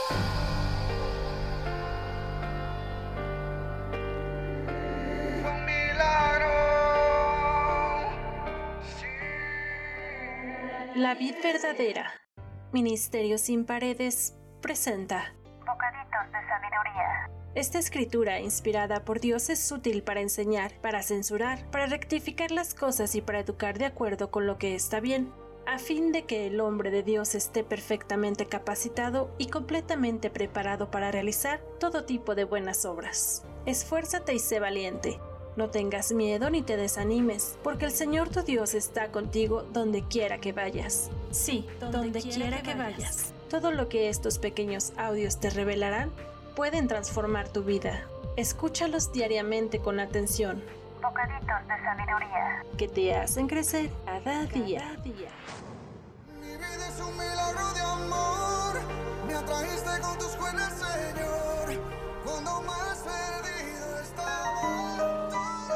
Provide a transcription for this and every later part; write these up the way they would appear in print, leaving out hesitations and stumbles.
Un milagro. La vid verdadera. Ministerio sin paredes presenta Bocaditos de sabiduría. Esta escritura inspirada por Dios es útil para enseñar, para censurar, para rectificar las cosas y para educar de acuerdo con lo que está bien, a fin de que el hombre de Dios esté perfectamente capacitado y completamente preparado para realizar todo tipo de buenas obras. Esfuérzate y sé valiente. No tengas miedo ni te desanimes, porque el Señor tu Dios está contigo donde quiera que vayas. Sí, donde quiera que vayas. Todo lo que estos pequeños audios te revelarán pueden transformar tu vida. Escúchalos diariamente con atención, Bocaditos de sabiduría. que te hacen crecer cada día. Mi vida es un milagro de amor. Me atrajiste con tus buenas, Señor. Cuando más perdido estaba.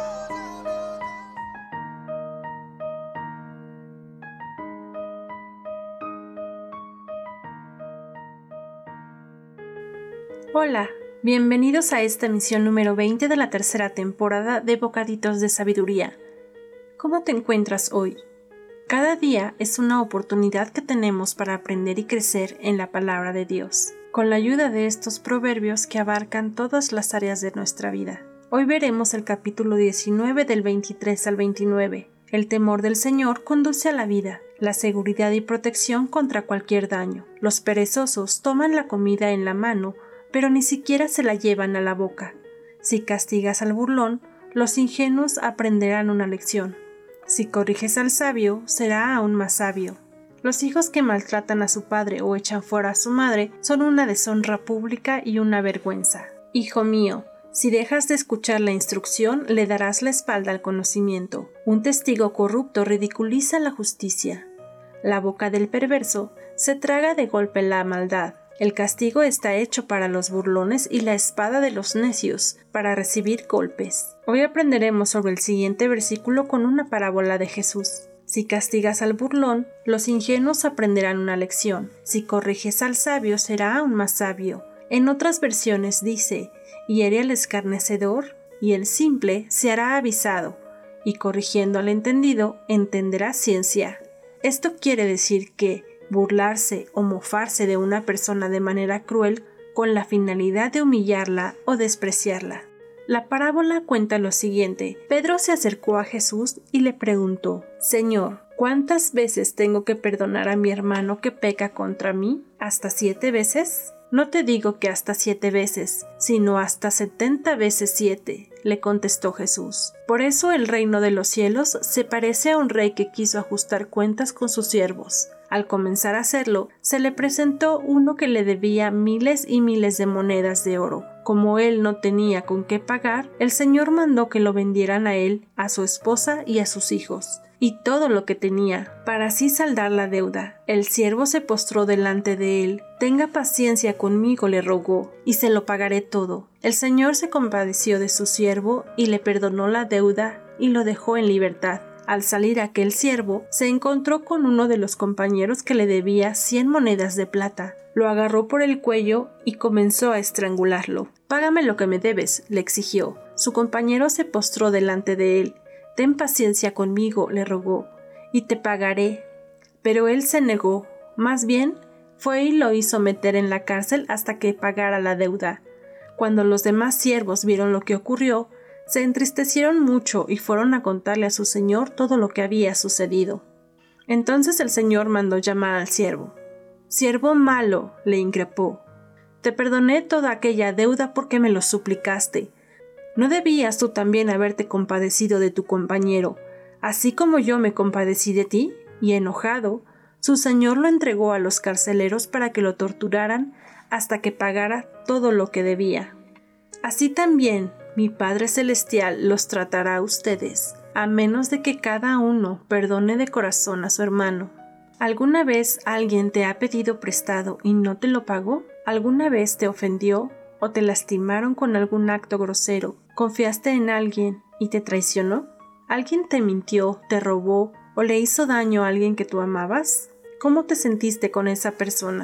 Hola, bienvenidos a esta emisión número 20 de la tercera temporada de Bocaditos de Sabiduría. ¿Cómo te encuentras hoy? Cada día es una oportunidad que tenemos para aprender y crecer en la palabra de Dios, con la ayuda de estos proverbios que abarcan todas las áreas de nuestra vida. Hoy veremos el capítulo 19 del 23 al 29. El temor del Señor conduce a la vida, la seguridad y protección contra cualquier daño. Los perezosos toman la comida en la mano, pero ni siquiera se la llevan a la boca. Si castigas al burlón, los ingenuos aprenderán una lección. Si corriges al sabio, será aún más sabio. Los hijos que maltratan a su padre o echan fuera a su madre son una deshonra pública y una vergüenza. Hijo mío, si dejas de escuchar la instrucción, le darás la espalda al conocimiento. Un testigo corrupto ridiculiza la justicia. La boca del perverso se traga de golpe la maldad. El castigo está hecho para los burlones y la espada de los necios, para recibir golpes. Hoy aprenderemos sobre el siguiente versículo con una parábola de Jesús. Si castigas al burlón, los ingenuos aprenderán una lección. Si corriges al sabio, será aún más sabio. En otras versiones dice, hiere al escarnecedor, y el simple se hará avisado, y corrigiendo al entendido, entenderá ciencia. Esto quiere decir que burlarse o mofarse de una persona de manera cruel con la finalidad de humillarla o despreciarla. La parábola cuenta lo siguiente. Pedro se acercó a Jesús y le preguntó, Señor, ¿cuántas veces tengo que perdonar a mi hermano que peca contra mí? ¿Hasta 7 veces? No te digo que hasta 7 veces, sino hasta 70 veces 7, le contestó Jesús. Por eso el reino de los cielos se parece a un rey que quiso ajustar cuentas con sus siervos. Al comenzar a hacerlo, se le presentó uno que le debía miles y miles de monedas de oro. Como él no tenía con qué pagar, el Señor mandó que lo vendieran a él, a su esposa y a sus hijos, y todo lo que tenía, para así saldar la deuda. El siervo se postró delante de él. Tenga paciencia conmigo, le rogó, y se lo pagaré todo. El Señor se compadeció de su siervo y le perdonó la deuda y lo dejó en libertad. Al salir aquel siervo, se encontró con uno de los compañeros que le debía 100 monedas de plata. Lo agarró por el cuello y comenzó a estrangularlo. «Págame lo que me debes», le exigió. Su compañero se postró delante de él. «Ten paciencia conmigo», le rogó, «y te pagaré». Pero él se negó. Más bien, fue y lo hizo meter en la cárcel hasta que pagara la deuda. Cuando los demás siervos vieron lo que ocurrió, se entristecieron mucho y fueron a contarle a su señor todo lo que había sucedido. Entonces el señor mandó llamar al siervo. «Siervo malo», le increpó, «te perdoné toda aquella deuda porque me lo suplicaste. ¿No debías tú también haberte compadecido de tu compañero, así como yo me compadecí de ti?» Y enojado, su señor lo entregó a los carceleros para que lo torturaran hasta que pagara todo lo que debía. Así también mi Padre Celestial los tratará a ustedes, a menos de que cada uno perdone de corazón a su hermano. ¿Alguna vez alguien te ha pedido prestado y no te lo pagó? ¿Alguna vez te ofendió o te lastimaron con algún acto grosero? ¿Confiaste en alguien y te traicionó? ¿Alguien te mintió, te robó o le hizo daño a alguien que tú amabas? ¿Cómo te sentiste con esa persona?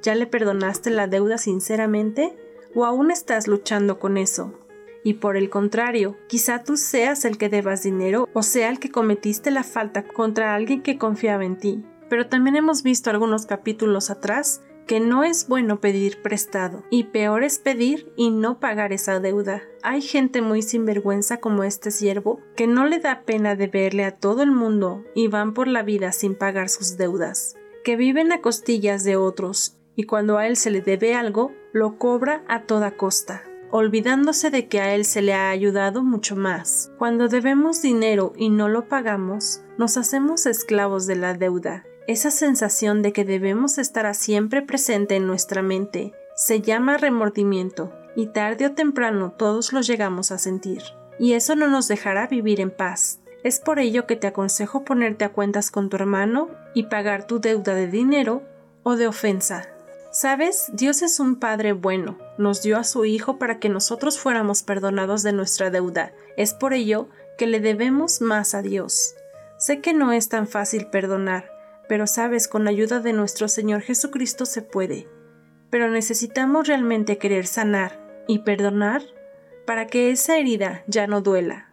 ¿Ya le perdonaste la deuda sinceramente? ¿O aún estás luchando con eso? Y por el contrario, quizá tú seas el que debas dinero o sea el que cometiste la falta contra alguien que confiaba en ti. Pero también hemos visto algunos capítulos atrás que no es bueno pedir prestado, y peor es pedir y no pagar esa deuda. Hay gente muy sinvergüenza como este siervo, que no le da pena deberle a todo el mundo y van por la vida sin pagar sus deudas, que viven a costillas de otros, y cuando a él se le debe algo, lo cobra a toda costa, olvidándose de que a él se le ha ayudado mucho más. Cuando debemos dinero y no lo pagamos, nos hacemos esclavos de la deuda. Esa sensación de que debemos estar siempre presente en nuestra mente se llama remordimiento, y tarde o temprano todos lo llegamos a sentir. Y eso no nos dejará vivir en paz. Es por ello que te aconsejo ponerte a cuentas con tu hermano y pagar tu deuda de dinero o de ofensa. ¿Sabes? Dios es un Padre bueno. Nos dio a su Hijo para que nosotros fuéramos perdonados de nuestra deuda. Es por ello que le debemos más a Dios. Sé que no es tan fácil perdonar, pero sabes, con la ayuda de nuestro Señor Jesucristo se puede. Pero necesitamos realmente querer sanar y perdonar para que esa herida ya no duela.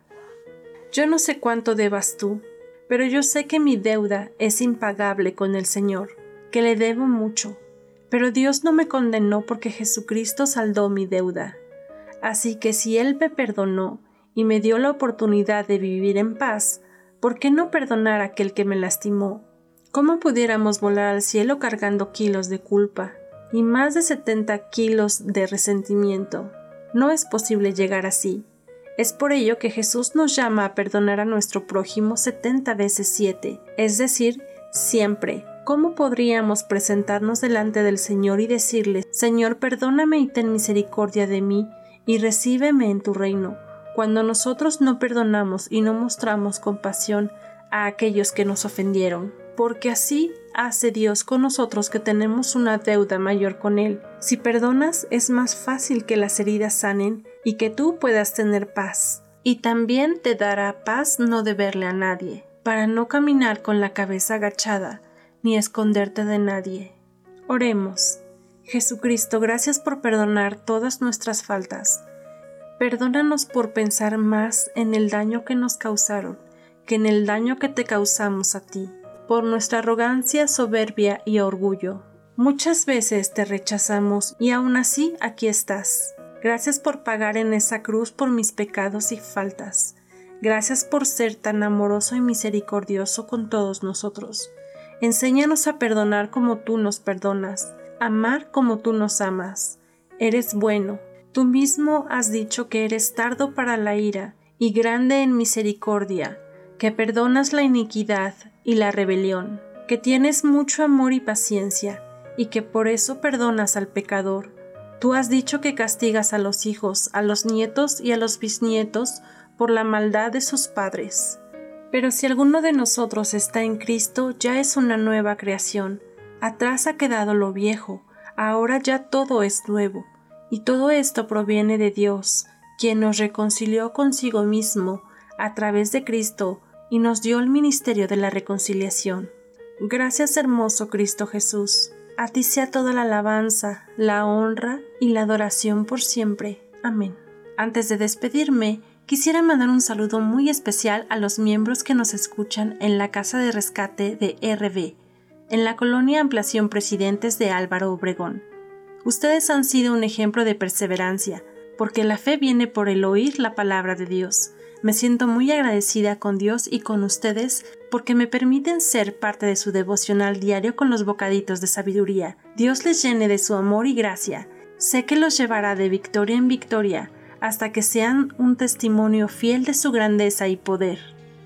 Yo no sé cuánto debas tú, pero yo sé que mi deuda es impagable con el Señor, que le debo mucho. Pero Dios no me condenó porque Jesucristo saldó mi deuda. Así que si Él me perdonó y me dio la oportunidad de vivir en paz, ¿por qué no perdonar a aquel que me lastimó? ¿Cómo pudiéramos volar al cielo cargando kilos de culpa y más de 70 kilos de resentimiento? No es posible llegar así. Es por ello que Jesús nos llama a perdonar a nuestro prójimo 70 veces 7, es decir, siempre. ¿Cómo podríamos presentarnos delante del Señor y decirle: Señor, perdóname y ten misericordia de mí y recíbeme en tu reino, cuando nosotros no perdonamos y no mostramos compasión a aquellos que nos ofendieron? Porque así hace Dios con nosotros, que tenemos una deuda mayor con Él. Si perdonas, es más fácil que las heridas sanen y que tú puedas tener paz. Y también te dará paz no deberle a nadie, para no caminar con la cabeza agachada, ni esconderte de nadie. Oremos. Jesucristo, gracias por perdonar todas nuestras faltas. Perdónanos por pensar más en el daño que nos causaron que en el daño que te causamos a ti, por nuestra arrogancia, soberbia y orgullo. Muchas veces te rechazamos y aún así aquí estás. Gracias por pagar en esa cruz por mis pecados y faltas. Gracias por ser tan amoroso y misericordioso con todos nosotros. Enséñanos a perdonar como tú nos perdonas, amar como tú nos amas. Eres bueno. Tú mismo has dicho que eres tardo para la ira y grande en misericordia, que perdonas la iniquidad y la rebelión, que tienes mucho amor y paciencia, y que por eso perdonas al pecador. Tú has dicho que castigas a los hijos, a los nietos y a los bisnietos por la maldad de sus padres. Pero si alguno de nosotros está en Cristo, ya es una nueva creación. Atrás ha quedado lo viejo, ahora ya todo es nuevo. Y todo esto proviene de Dios, quien nos reconcilió consigo mismo a través de Cristo y nos dio el ministerio de la reconciliación. Gracias, hermoso Cristo Jesús. A ti sea toda la alabanza, la honra y la adoración por siempre. Amén. Antes de despedirme, quisiera mandar un saludo muy especial a los miembros que nos escuchan en la Casa de Rescate de RB, en la colonia Ampliación Presidentes de Álvaro Obregón. Ustedes han sido un ejemplo de perseverancia, porque la fe viene por el oír la palabra de Dios. Me siento muy agradecida con Dios y con ustedes porque me permiten ser parte de su devocional diario con los bocaditos de sabiduría. Dios les llene de su amor y gracia. Sé que los llevará de victoria en victoria hasta que sean un testimonio fiel de su grandeza y poder.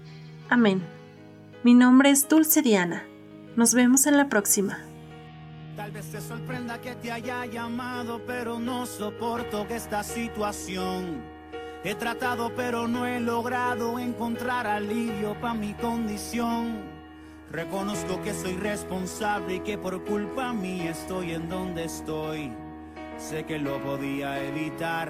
Amén. Mi nombre es Dulce Diana. Nos vemos en la próxima. Tal vez te sorprenda que te haya llamado, pero no soporto esta situación. He tratado pero no he logrado encontrar alivio para mi condición. Reconozco que soy responsable y que por culpa mía estoy en donde estoy. Sé que lo podía evitar,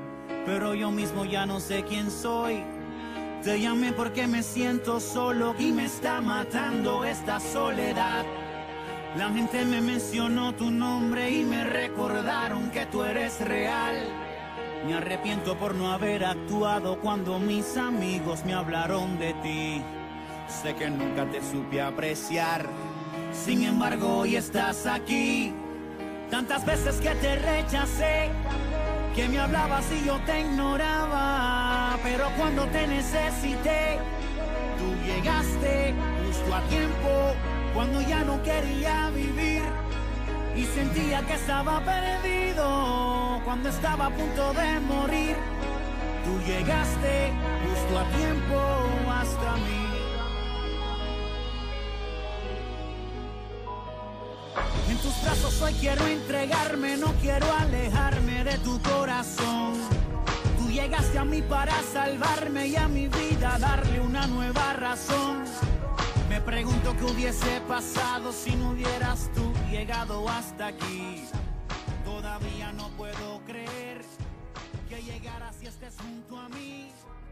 pero yo mismo ya no sé quién soy. Te llamé porque me siento solo y me está matando esta soledad. La gente me mencionó tu nombre y me recordaron que tú eres real. Me arrepiento por no haber actuado cuando mis amigos me hablaron de ti. Sé que nunca te supe apreciar, sin embargo hoy estás aquí. Tantas veces que te rechacé, que me hablabas y yo te ignoraba, pero cuando te necesité, tú llegaste justo a tiempo, cuando ya no quería vivir y sentía que estaba perdido, cuando estaba a punto de morir. Tú llegaste justo a tiempo hasta mí. En tus brazos hoy quiero entregarme, no quiero alejarme de tu corazón. Tú llegaste a mí para salvarme y a mi vida darle una nueva razón. Me pregunto qué hubiese pasado si no hubieras tú llegado hasta aquí. Todavía no puedo creer que llegaras y estés junto a mí.